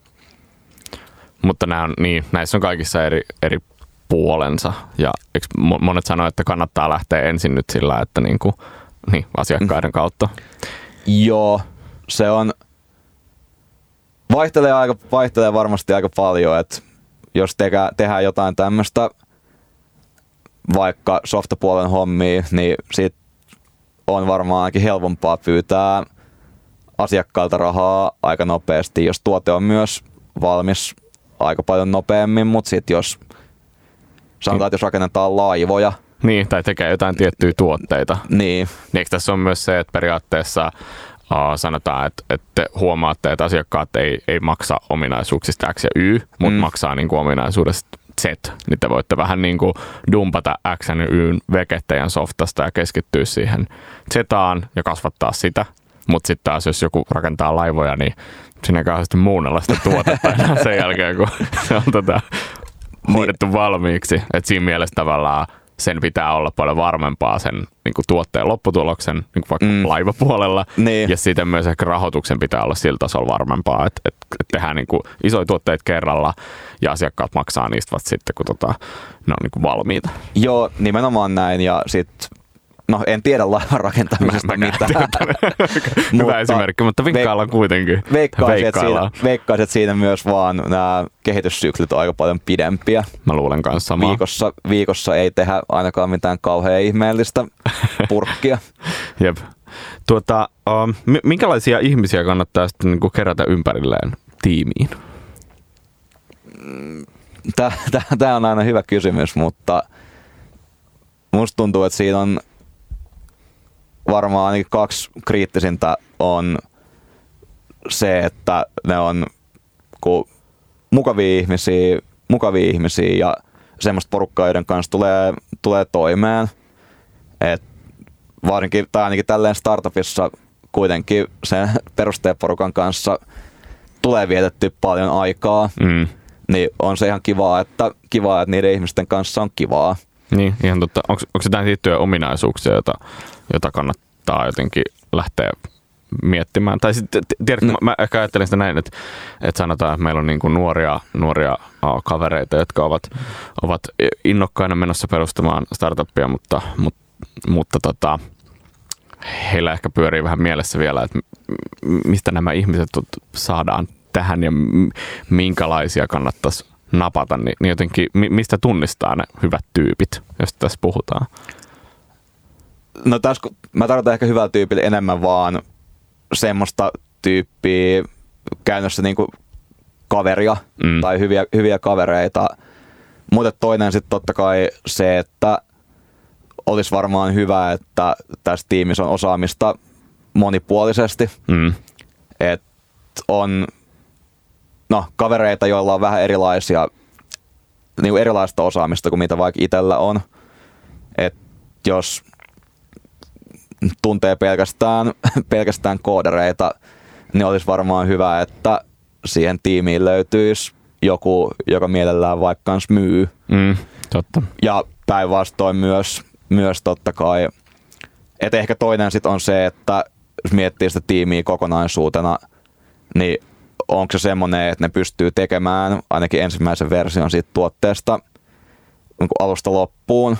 Mutta nämä on, niin, näissä on kaikissa eri, eri puolensa. Ja monet sanoo, että kannattaa lähteä ensin nyt sillä, että niin kuin, niin, asiakkaiden kautta. Joo, se on... Vaihtelee, aika, vaihtelee varmasti aika paljon, että jos tehdään, tehdään jotain tämmöistä vaikka softapuolen hommia, niin sit on varmaan ainakin helpompaa pyytää asiakkailta rahaa aika nopeasti, jos tuote on myös valmis aika paljon nopeammin, mutta sitten jos sanotaan, että jos rakennetaan laivoja. Niin, tai tekee jotain tiettyjä tuotteita. Niin. Niin eikö tässä on myös se, että periaatteessa uh, sanotaan, että, että huomaatte, että asiakkaat ei, ei maksa ominaisuuksista X ja Y, mutta mm. maksaa niin kuin ominaisuudesta Z, niin te voitte vähän niin kuin dumpata X ja Yn vekettäjän softasta ja keskittyä siihen Z:aan ja kasvattaa sitä. Mutta sitten taas, jos joku rakentaa laivoja, niin siinä ei kauheasti muunnella sitä tuotetta enää sen jälkeen, kun se on tota hoidettu valmiiksi. Et siinä mielessä tavallaan sen pitää olla paljon varmempaa sen niin kuin tuotteen lopputuloksen, niin kuin vaikka mm. laivapuolella. Niin. Ja sitten myös ehkä rahoituksen pitää olla sillä tasolla varmempaa, että et, et tehdään niin kuin isoja tuotteita kerralla ja asiakkaat maksaa niistä vasta sitten, kun tota, ne on niin kuin valmiita. Joo, nimenomaan näin. Ja sitten no en tiedä laivan rakentamisesta mitään. Hyvä esimerkki, mutta vinkkaillaan kuitenkin. Veikkaisin, että siinä, veikkaisin, että siinä myös vaan nämä kehityssyklit on aika paljon pidempiä. Mä luulen kanssa samaa. Viikossa, viikossa ei tehdä ainakaan mitään kauhean ihmeellistä purkkia. Jep. Tuota, um, minkälaisia ihmisiä kannattaa sitten niinku kerätä ympärilleen tiimiin? Tämä on aina hyvä kysymys, mutta musta tuntuu, että siinä on varmaan ainakin kaksi kriittisintä on se, että ne on mukavia ihmisiä, mukavia ihmisiä ja semmoista porukkaa, joiden kanssa tulee, tulee toimeen. Et varsinkin, tai ainakin tälleen startupissa kuitenkin sen perustajaporukan kanssa tulee vietettyä paljon aikaa, mm. niin on se ihan kivaa, että, kivaa, että niiden ihmisten kanssa on kivaa. Niin, ihan totta. Onko, onko jotain tiettyjä ominaisuuksia, jota, jota kannattaa jotenkin lähteä miettimään? Tai sitten, tiedätkö, no. mä ehkä ajattelin sitä näin, että, että sanotaan, että meillä on niin kuin nuoria, nuoria uh, kavereita, jotka ovat, ovat innokkaina menossa perustamaan startuppia, mutta, mutta, mutta tota, heillä ehkä pyörii vähän mielessä vielä, että mistä nämä ihmiset saadaan tähän ja minkälaisia kannattaisi napata, niin, niin jotenkin mistä tunnistaa ne hyvät tyypit, jos tässä puhutaan? No tässä, mä tarkoitan ehkä hyvällä tyypillä enemmän vaan semmoista tyyppiä käynnössä niinku kaveria mm. tai hyviä, hyviä kavereita. Mutta toinen sitten totta kai se, että olisi varmaan hyvä, että tässä tiimissä on osaamista monipuolisesti. Mm. Että on no, kavereita, joilla on vähän erilaisia, niin kuin erilaista osaamista kuin mitä vaikka itsellä on. Et jos tuntee pelkästään, pelkästään koodareita, niin olisi varmaan hyvä, että siihen tiimiin löytyisi joku, joka mielellään vaikka kans myy. Mm, totta. Ja päinvastoin myös, myös totta kai. Et ehkä toinen sit on se, että jos miettii sitä tiimiä kokonaisuutena, niin onko se semmoinen, että ne pystyy tekemään ainakin ensimmäisen version siitä tuotteesta niin alusta loppuun.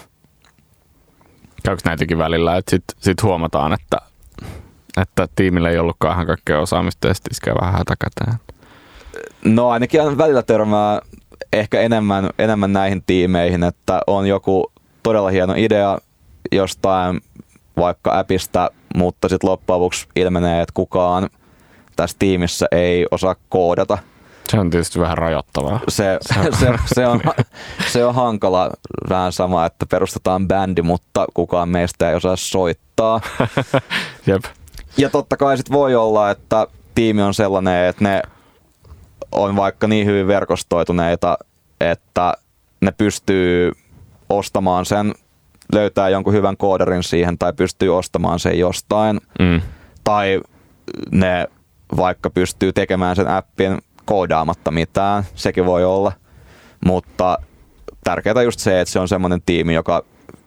Käykö näitäkin välillä, että sitten sit huomataan, että, että tiimillä ei ollutkaan ihan kaikkea osaamista ja sitten iskee vähän hätäkäteen? No ainakin aina välillä törmää ehkä enemmän, enemmän näihin tiimeihin, että on joku todella hieno idea jostain vaikka appista, mutta sitten loppujen lopuksi ilmenee, että kukaan tässä tiimissä ei osaa koodata. Se on tietysti vähän rajoittavaa. Se, se, se, se, on, se on hankala, vähän sama, että perustetaan bändi, mutta kukaan meistä ei osaa soittaa. Jep. Ja totta kai sit voi olla, että tiimi on sellainen, että ne on vaikka niin hyvin verkostoituneita, että ne pystyy ostamaan sen, löytää jonkun hyvän koodarin siihen tai pystyy ostamaan sen jostain. Mm. Tai ne vaikka pystyy tekemään sen appin koodaamatta mitään, sekin voi olla. Mutta tärkeää just se, että se on semmoinen tiimi, joka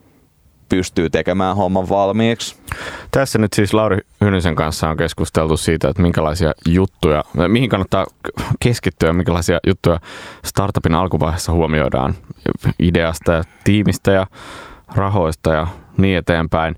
pystyy tekemään homman valmiiksi. Tässä nyt siis Lauri Hynysen kanssa on keskusteltu siitä, että minkälaisia juttuja, mihin kannattaa keskittyä, minkälaisia juttuja startupin alkuvaiheessa huomioidaan ideasta ja tiimistä ja rahoista ja niin eteenpäin.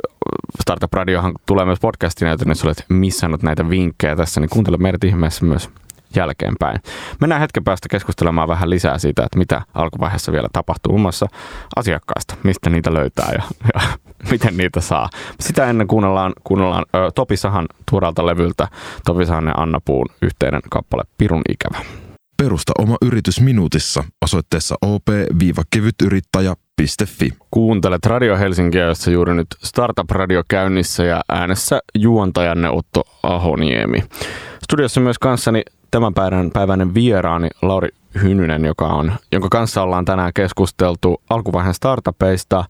Startup Radiohan tulee myös podcastina, joten jos olet missannut näitä vinkkejä tässä, niin kuuntele meidät ihmeessä myös jälkeenpäin. Mennään hetken päästä keskustelemaan vähän lisää siitä, että mitä alkuvaiheessa vielä tapahtuu muun muassa asiakkaista, mistä niitä löytää ja, ja miten niitä saa. Sitä ennen kuunnellaan, kuunnellaan ö, Topi Sahan tuoreelta levyltä Topi Sahan ja Anna Puun yhteinen kappale Pirun ikävä. Perusta oma yritys minuutissa osoitteessa o p kevytyrittäjä piste fi. Kuuntelet Radio Helsinkiä, jossa juuri nyt Startup Radio käynnissä ja äänessä juontajanne Otto Ahoniemi. Studiossa myös kanssani tämän päivän päiväinen vieraani Lauri Hynynen, joka on, jonka kanssa ollaan tänään keskusteltu alkuvaiheen startupeista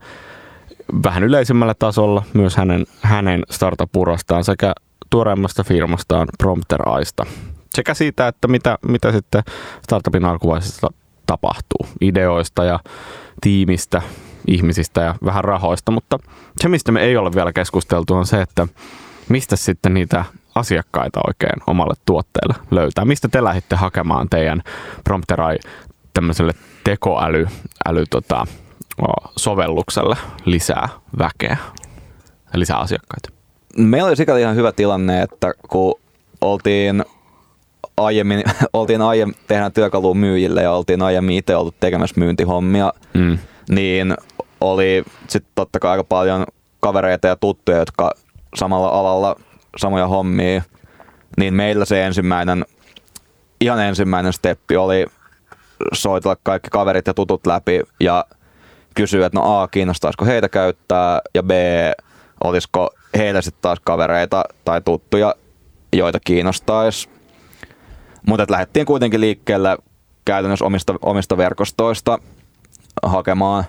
vähän yleisemmällä tasolla, myös hänen, hänen startup-urastaan sekä tuoreimmasta firmastaan Prompter-Aista. Sekä siitä, että mitä, mitä sitten startupin alkuvaiheessa tapahtuu, ideoista ja tiimistä, ihmisistä ja vähän rahoista, mutta se, mistä me ei ole vielä keskusteltu, on se, että mistä sitten niitä asiakkaita oikein omalle tuotteelle löytää. Mistä te lähditte hakemaan teidän Prompter-Ai tämmöiselle tekoäly äly, tota, sovellukselle lisää väkeä ja lisää asiakkaita? Meillä oli sikäli ihan hyvä tilanne, että kun oltiin aiemmin, oltiin aiemmin tehdään työkalua myyjille ja oltiin aiemmin itse ollut tekemässä myyntihommia, mm. niin oli sitten totta kai aika paljon kavereita ja tuttuja, jotka samalla alalla samoja hommia, niin meillä se ensimmäinen, ihan ensimmäinen steppi oli soitella kaikki kaverit ja tutut läpi ja kysyä, että no A, kiinnostaisiko heitä käyttää ja B, olisiko heillä sitten taas kavereita tai tuttuja, joita kiinnostaisi. Mutta lähdettiin kuitenkin liikkeelle käytännössä omista, omista verkostoista hakemaan.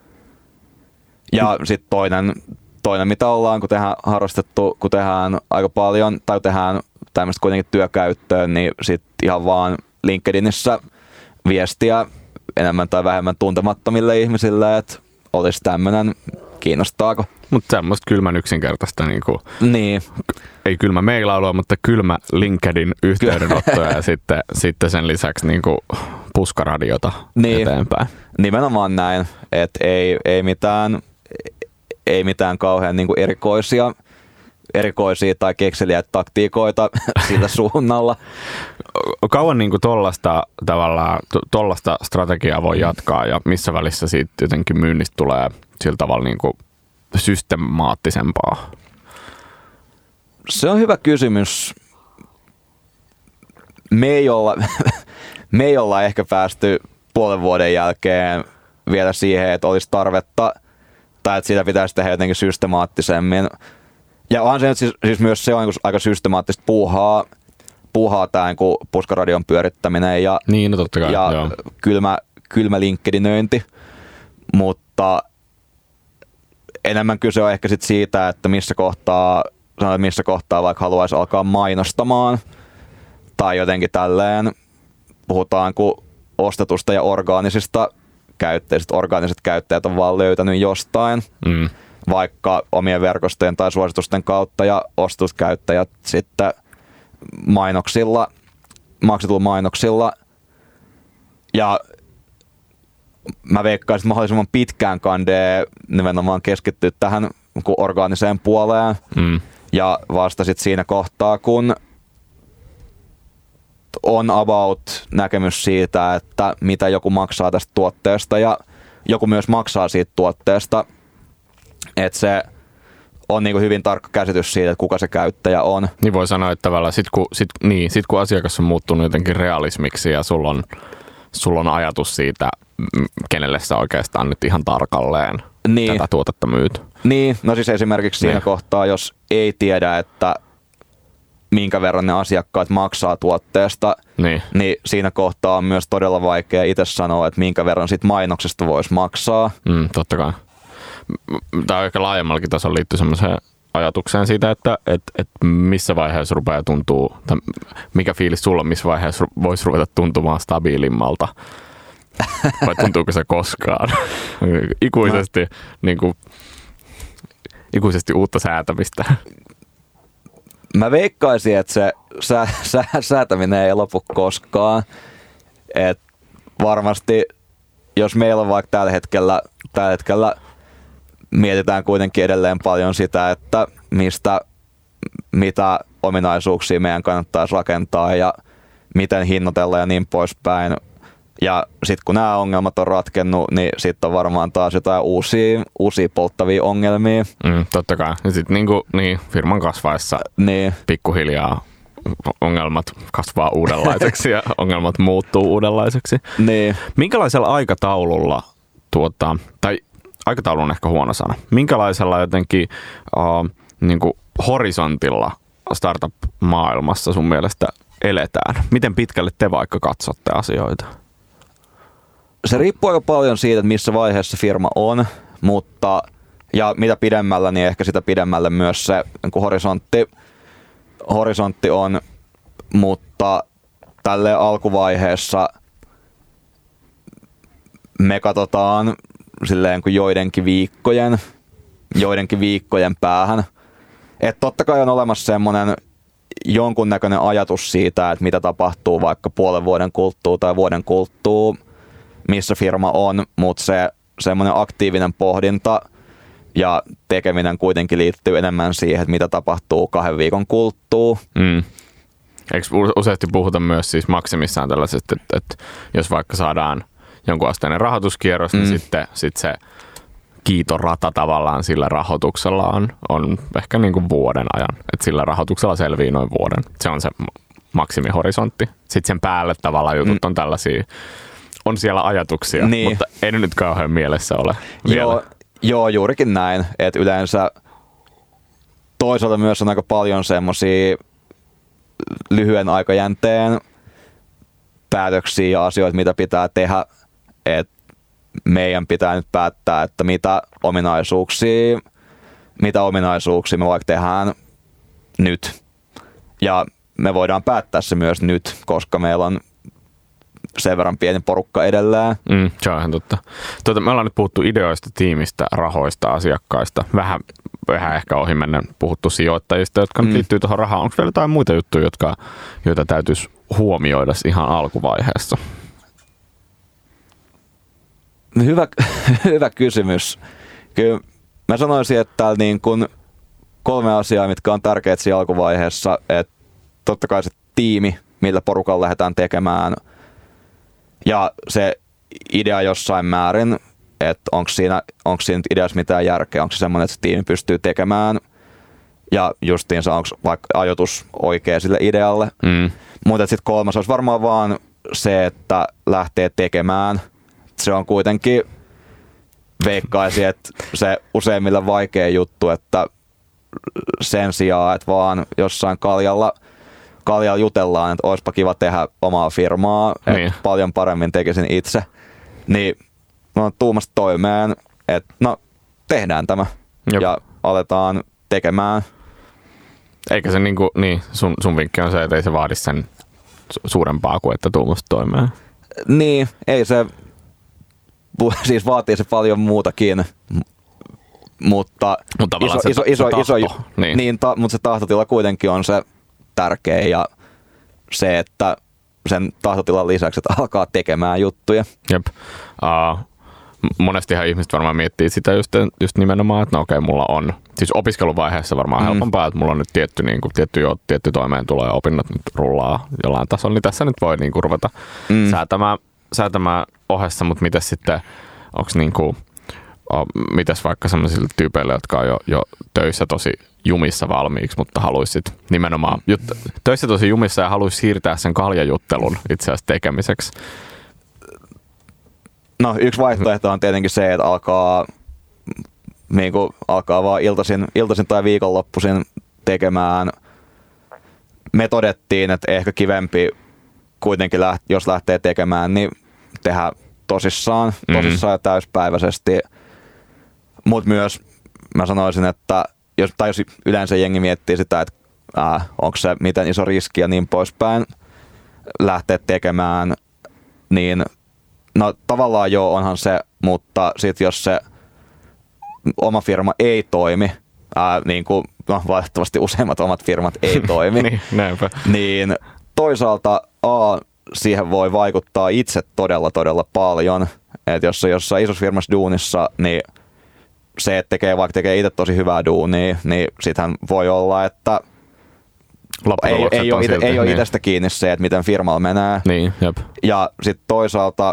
Ja sitten toinen, toinen, mitä ollaan, kun tehdään harrastettu, kun tehdään aika paljon tai tehdään tämmöistä kuitenkin työkäyttöön, niin sitten ihan vaan LinkedInissä viestiä enemmän tai vähemmän tuntemattomille ihmisille, että olisi tämmöinen, kiinnostaako. Mutta semmoista kylmän yksinkertaista, niin kuin, niin. ei kylmä mailailua, mutta kylmä LinkedIn yhteydenottoja ja sitten, sitten sen lisäksi niin kuin puskaradiota niin. eteenpäin. Nimenomaan näin, että ei, ei, mitään, ei mitään kauhean niin kuin erikoisia, erikoisia tai kekseliäitä taktiikoita sillä suunnalla. Kauan niin kuin tollasta, tavallaan, tollasta strategiaa voi jatkaa ja missä välissä siitä jotenkin myynnistä tulee sillä tavalla niin kuin systemaattisempaa? Se on hyvä kysymys. Me ei olla, me ei olla ehkä päästy puolen vuoden jälkeen vielä siihen, että olisi tarvetta tai että sitä pitäisi tehdä jotenkin systemaattisemmin. Ja onhan se nyt siis, siis myös se on aika systemaattista puuhaa, puuhaa tämä niin puskaradion pyörittäminen ja, niin, no totta kai, ja joo. kylmä, kylmä LinkedInöinti, mutta enemmän kyse on ehkä sit siitä, että missä kohtaa, sanotaan, missä kohtaa vaikka haluaisi alkaa mainostamaan tai jotenkin tälleen, puhutaanko ostetusta ja orgaanisista käyttäjistä. Orgaaniset käyttäjät on vaan löytänyt jostain, mm. vaikka omien verkostojen tai suositusten kautta ja ostuskäyttäjät sitten mainoksilla, maksetulla mainoksilla. Ja mä veikkaisin, että mahdollisimman pitkään kandee nimenomaan keskittyä tähän orgaaniseen puoleen. Mm. Ja vasta sit siinä kohtaa, kun on about näkemys siitä, että mitä joku maksaa tästä tuotteesta ja joku myös maksaa siitä tuotteesta. Että se on niinku hyvin tarkka käsitys siitä, että kuka se käyttäjä on. Niin voi sanoa, että tavallaan sit kun, sit, niin, sit kun asiakas on muuttunut jotenkin realismiksi ja sulla on, sulla on ajatus siitä, kenelle sä oikeastaan nyt ihan tarkalleen niin. tätä tuotetta myyt. Niin, no siis esimerkiksi siinä niin. kohtaa, jos ei tiedä, että minkä verran ne asiakkaat maksaa tuotteesta, niin, niin siinä kohtaa on myös todella vaikea itse sanoa, että minkä verran siitä mainoksesta voisi maksaa. Mm, totta kai. Tämä on ehkä laajemmallakin tasolla liittyy semmoiseen ajatukseen siitä, että et, et missä vaiheessa rupeaa tuntuu, tai mikä fiilis sulla on, missä vaiheessa voisi ruveta tuntumaan stabiilimmalta, vai tuntuuko se koskaan? Ikuisesti, no. niin kuin, ikuisesti uutta säätämistä. Mä veikkaisin, että se sä, sä, säätäminen ei lopu koskaan. Et varmasti, jos meillä on vaikka tällä hetkellä, tällä hetkellä mietitään kuitenkin edelleen paljon sitä, että mistä, mitä ominaisuuksia meidän kannattaisi rakentaa ja miten hinnoitella ja niin poispäin. Ja sitten kun nämä ongelmat on ratkennut, niin sitten on varmaan taas jotain uusia, uusia polttavia ongelmia. Mm, totta kai. Ja sitten niinku, niin, firman kasvaessa niin. pikkuhiljaa ongelmat kasvaa uudenlaiseksi ja ongelmat muuttuu uudenlaiseksi. Niin. Minkälaisella aikataululla, tuota, tai aikataulu on ehkä huono sana, minkälaisella jotenkin uh, niinku horisontilla startup-maailmassa sun mielestä eletään? Miten pitkälle te vaikka katsotte asioita? Se riippuu aika paljon siitä, että missä vaiheessa firma on, mutta ja mitä pidemmällä, niin ehkä sitä pidemmälle myös se niin horisontti, horisontti on, mutta tälle alkuvaiheessa me katsotaan silleen kuin joidenkin viikkojen, joidenkin viikkojen päähän. Että totta kai on olemassa semmoinen jonkunnäköinen ajatus siitä, että mitä tapahtuu vaikka puolen vuoden kuluttua tai vuoden kuluttua, missä firma on, mutta se semmoinen aktiivinen pohdinta ja tekeminen kuitenkin liittyy enemmän siihen, että mitä tapahtuu kahden viikon kuluttua. Mm. Eikö useasti puhuta myös siis maksimissaan tällaisesta, että, että jos vaikka saadaan jonkun asteinen rahoituskierros, mm. niin sitten sit se kiitorata tavallaan sillä rahoituksella on, on ehkä niin kuin vuoden ajan. Että sillä rahoituksella selvii noin vuoden. Se on se maksimihorisontti. Sitten sen päälle tavallaan jutut on tällaisia, on siellä ajatuksia, niin. mutta ei nyt kauhean mielessä ole vielä. Joo, joo juurikin näin. Että yleensä toisaalta myös on aika paljon semmoisia lyhyen aikajänteen päätöksiä ja asioita, mitä pitää tehdä. Että meidän pitää nyt päättää, että mitä ominaisuuksia, mitä ominaisuuksia me vaikka tehdään nyt. Ja me voidaan päättää se myös nyt, koska meillä on sen verran pieni porukka edelleen. Mm, se on ihan totta. Tuota, me ollaan nyt puhuttu ideoista, tiimistä, rahoista, asiakkaista. Vähän, vähän ehkä ohimennen puhuttu sijoittajista, jotka mm. liittyy tuohon rahaan. Onko vielä jotain muita juttuja, jotka, joita täytyisi huomioida ihan alkuvaiheessa? Hyvä, hyvä kysymys. Kyllä mä sanoisin, että täällä niin kuin kolme asiaa, mitkä on tärkeät siinä alkuvaiheessa. Että totta kai se tiimi, millä porukalla lähdetään tekemään. Ja se idea jossain määrin, että onko siinä, onko siinä ideassa mitään järkeä, onko se semmoinen, että se tiimi pystyy tekemään. Ja justiinsa onko vaikka ajoitus oikea sille idealle. Mm. Mutta sitten kolmas olisi varmaan vaan se, että lähtee tekemään. Se on kuitenkin, veikkaisin, että se useimmilla vaikea juttu, että sen sijaan, että vaan jossain kaljalla, kaljalla jutellaan, että olisipa kiva tehdä omaa firmaa, niin. että paljon paremmin tekisin itse, niin no, tuumasta toimeen, että no tehdään tämä Jop. ja aletaan tekemään. Eikä se niinku, niin, sun, sun vinkki on se, että ei se vaadi sen suurempaa kuin että tuumasta toimeen. Niin, ei se... Siis vaatii se paljon muutakin, mutta, mutta iso, se, iso, iso, se iso, niin. Niin, ta, mutta se tahtotila kuitenkin on se tärkeä ja se, että sen tahtotilan lisäksi, että alkaa tekemään juttuja. Jep. Uh, monestihan ihmiset varmaan miettii sitä just, just nimenomaan, että no okei, mulla on, siis opiskeluvaiheessa varmaan mm. helpompaa, että mulla on nyt tietty, niin kuin, tietty, jo, tietty toimeentulo ja opinnot nyt rullaa jollain tasolla, niin tässä nyt voi niin kuin, ruveta mm. säätämään, säätämään ohessa, mutta mitäs sitten, onko niin kuin, oh, mitäs vaikka sellaisille tyypeille, jotka on jo, jo töissä tosi jumissa valmiiksi, mutta haluaisit nimenomaan jut- töissä tosi jumissa ja haluaisi siirtää sen kaljajuttelun itse asiassa tekemiseksi? No yksi vaihtoehto on tietenkin se, että alkaa, niin kuin, alkaa vaan iltaisin, iltaisin tai viikonloppuisin tekemään. Me todettiin, että ehkä kivempi kuitenkin, läht- jos lähtee tekemään, niin tehdä tosissaan, tosissaan mm-hmm. ja täyspäiväisesti. Mutta myös mä sanoisin, että jos, tai jos yleensä jengi miettii sitä, että äh, onko se miten iso riski ja niin poispäin lähteä tekemään, niin no tavallaan joo, onhan se, mutta sitten jos se oma firma ei toimi, ää, niin kuin no, valitettavasti useimmat omat firmat ei toimi, niin, niin toisaalta A, siihen voi vaikuttaa itse todella todella paljon. Et jos on jossain isossa firmassa duunissa, niin se, että tekee, vaikka tekee itse tosi hyvää duunia, niin sittenhän voi olla, että ei, ei ole, ite, silti, ei ole niin. itsestä kiinni se, että miten firmalla menee. Niin, jep. Ja sitten toisaalta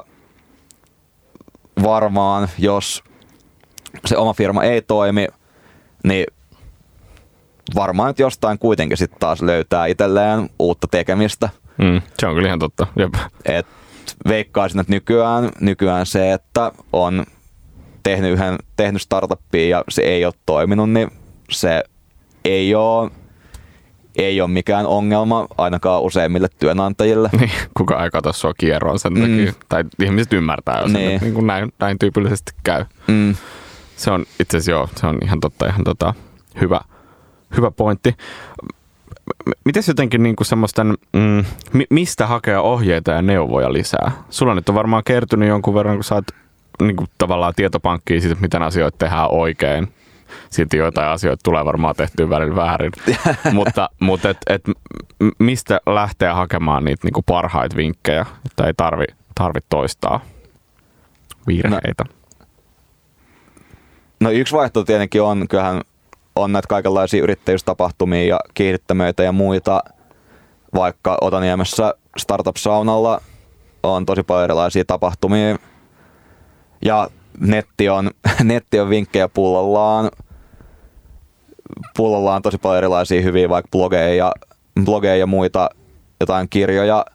varmaan, jos se oma firma ei toimi, niin varmaan että jostain kuitenkin sitten taas löytää itselleen uutta tekemistä. Mm, se on kyllä ihan totta. Jep. Et veikkaisin, että nykyään, nykyään se, että on tehnyt yhden tehnyt startuppia ja se ei ole toiminut, niin se ei ole, ei ole mikään ongelma ainakaan useimmille työnantajille. Niin, kukaan ei katso sua kierroon sen takia. Mm. Tai ihmiset ymmärtää jo sen, niin. että niin kuin näin, näin tyypillisesti käy. Mm. Se on itse asiassa joo, se on ihan totta, ihan tota, hyvä, hyvä pointti. Mites jotenkin niinku semmoisten, mm, mistä hakea ohjeita ja neuvoja lisää? Sulla nyt on varmaan kertynyt jonkun verran, kun sä oot niinku tavallaan tietopankkiin siitä, miten asioita tehdään oikein. Silti joitain asioita tulee varmaan tehtyä välillä väärin. mutta mutta et, et, mistä lähteä hakemaan niitä niinku parhaita vinkkejä, että ei tarvi, tarvi toistaa virheitä? No, no yksi vaihtoehto tietenkin on, kyllähän on näitä kaikenlaisia yrittäjyystapahtumia ja kiihdyttämöitä ja muita. Vaikka Otaniemessä Startup-saunalla on tosi paljon erilaisia tapahtumia. Ja netti on, netti on vinkkejä pullollaan. Pullollaan tosi paljon erilaisia hyviä vaikka blogeja ja, blogeja ja muita, jotain kirjoja.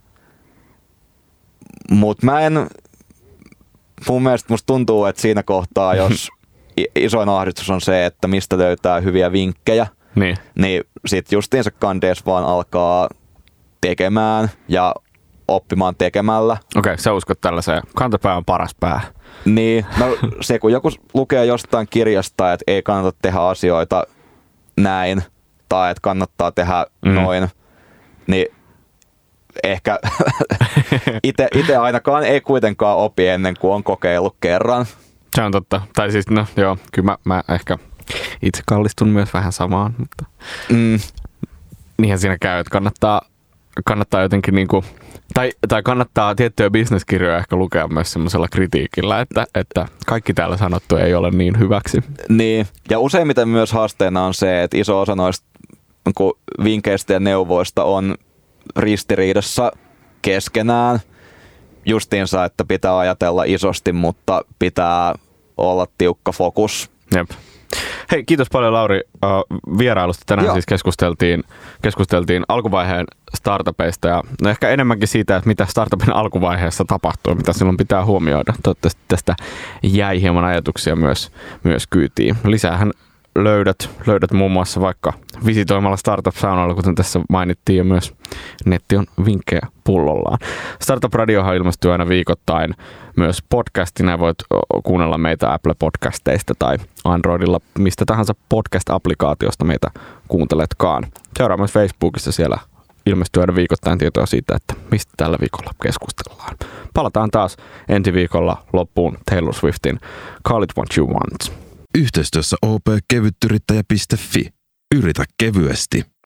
Mut mä en, mun mielestä musta tuntuu, että siinä kohtaa, jos isoin ahdistus on se, että mistä löytää hyviä vinkkejä, niin, niin sit justiinsa kandees vaan alkaa tekemään ja oppimaan tekemällä. Okei, okay, sä uskot tällaiseen. Kantapää on paras pää. Niin, no se kun joku lukee jostain kirjasta, että ei kannata tehdä asioita näin, tai että kannattaa tehdä mm. noin, niin ehkä itse ainakaan ei kuitenkaan opi ennen kuin on kokeillut kerran. Se on totta. Tai siis, no joo, kyllä mä, mä ehkä itse kallistun myös vähän samaan, mutta mm. niinhän siinä käy, että kannattaa, kannattaa jotenkin niinku, tai, tai kannattaa tiettyjä bisneskirjoja ehkä lukea myös semmoisella kritiikillä, että, että kaikki täällä sanottu ei ole niin hyväksi. Niin, ja useimmiten myös haasteena on se, että iso osa noista vinkkeistä ja neuvoista on ristiriidassa keskenään. Justiinsa, että pitää ajatella isosti, mutta pitää olla tiukka fokus. Jep. Hei, kiitos paljon Lauri uh, vierailusta. Tänään Joo. siis keskusteltiin, keskusteltiin alkuvaiheen startupeista ja no ehkä enemmänkin siitä, että mitä startupin alkuvaiheessa tapahtuu, mitä silloin pitää huomioida. Toivottavasti tästä jäi hieman ajatuksia myös, myös kyytiin. Lisäähän löydät, löydät muun muassa vaikka visitoimalla Startup-saunalla, kuten tässä mainittiin, ja myös netti on vinkkejä pullollaan. Startup-radiohan ilmestyy aina viikoittain myös podcastina, ja voit kuunnella meitä Apple-podcasteista tai Androidilla mistä tahansa podcast-applikaatiosta meitä kuunteletkaan. Seuraa myös Facebookissa, siellä ilmestyy aina viikoittain tietoa siitä, että mistä tällä viikolla keskustellaan. Palataan taas ensi viikolla loppuun Taylor Swiftin Call It What You Want. Yhteistyössä o p kevytyrittäjä piste fi. Yritä kevyesti.